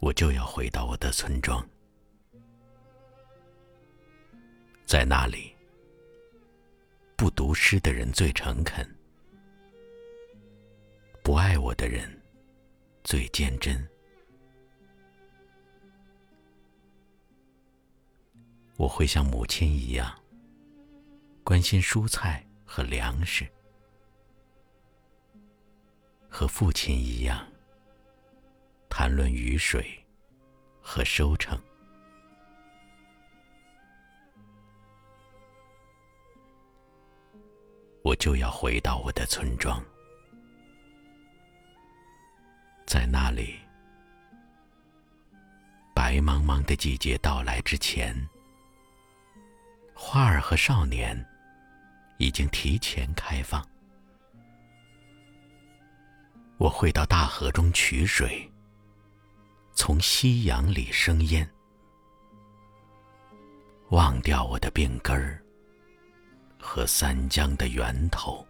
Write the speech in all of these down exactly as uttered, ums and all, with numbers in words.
我就要回到我的村庄，在那里，不读诗的人最诚恳，不爱我的人最坚贞。我会像母亲一样，关心蔬菜和粮食，和父亲一样，谈论雨水和收成。我就要回到我的村庄，在那里，白茫茫的季节到来之前，花儿和少年已经提前开放。我会到大河中取水，从夕阳里生烟，忘掉我的病根儿和三江的源头。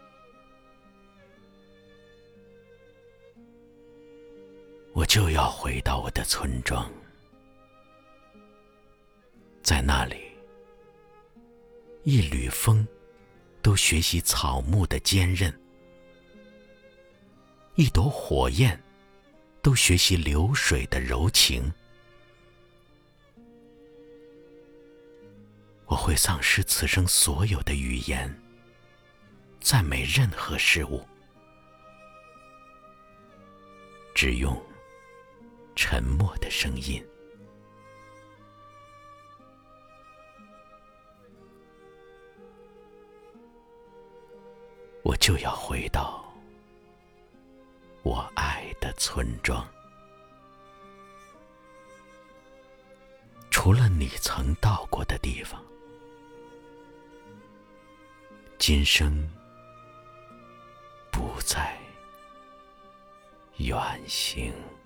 我就要回到我的村庄，在那里，一缕风都学习草木的坚韧，一朵火焰都学习流水的柔情。我会丧失此生所有的语言，赞美任何事物，只用沉默的声音。我就要回到我爱的村庄，除了你曾到过的地方，今生不再远行。